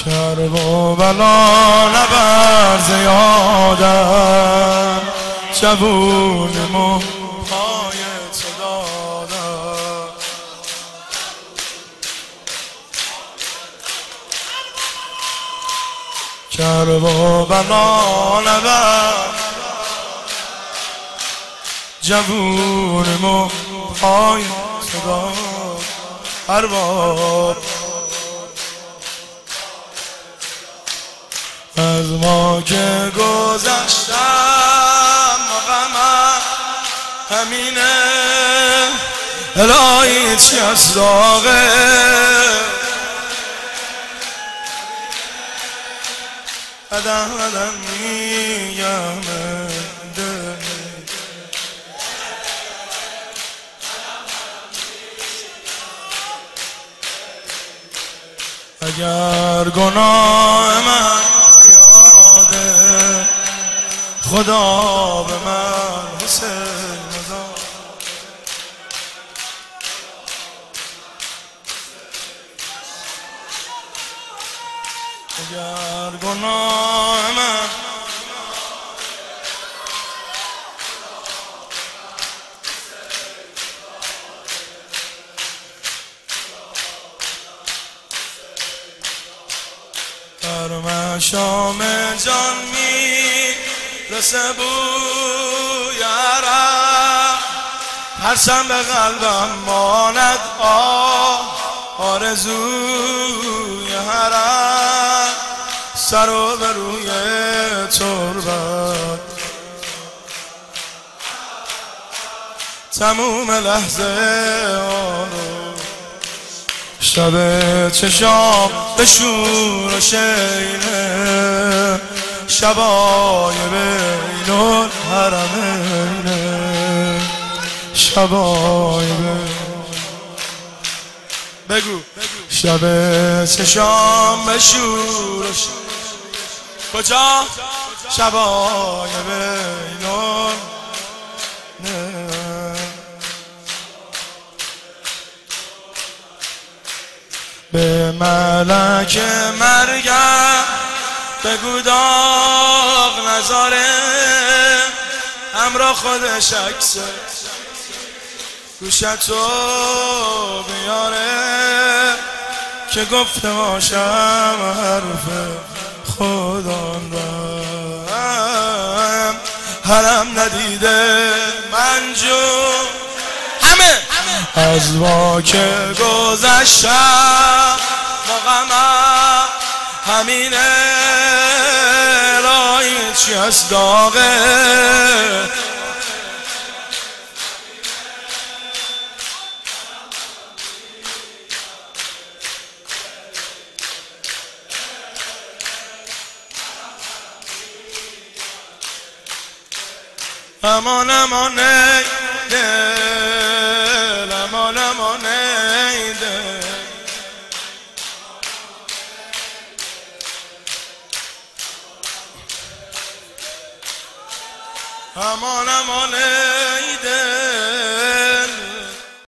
کرب و بلا نبر زیادم جوونمو پای تو دادم کرب و بلا نبر جوونمو پای تو دادم ارباب از ما که گذشتم غمم همینه الهی چی از داغه قدم میگم اگر گناه من یاده خدا به من حسین داد اگر گناه من در مشام جان میرسه بوی عرق هرچند به قلبم ماند آرزوی حرم سر و به روی تربت تموم لحظه آنو شب چشام به شور و شینه شبای بین الحرمینه شبای بگو شب چشام به شور و کجا شبای بین به ملک مرگم بگو داغ نذاره همراه خودش عکس گوشتو بیاره که گفته باشم حرف خودم رم حرم ندیده منجور همه از ما که گذشتم با غمم همینه رایی چی از داغه امان امان ای دل امان امان ای دل امان امان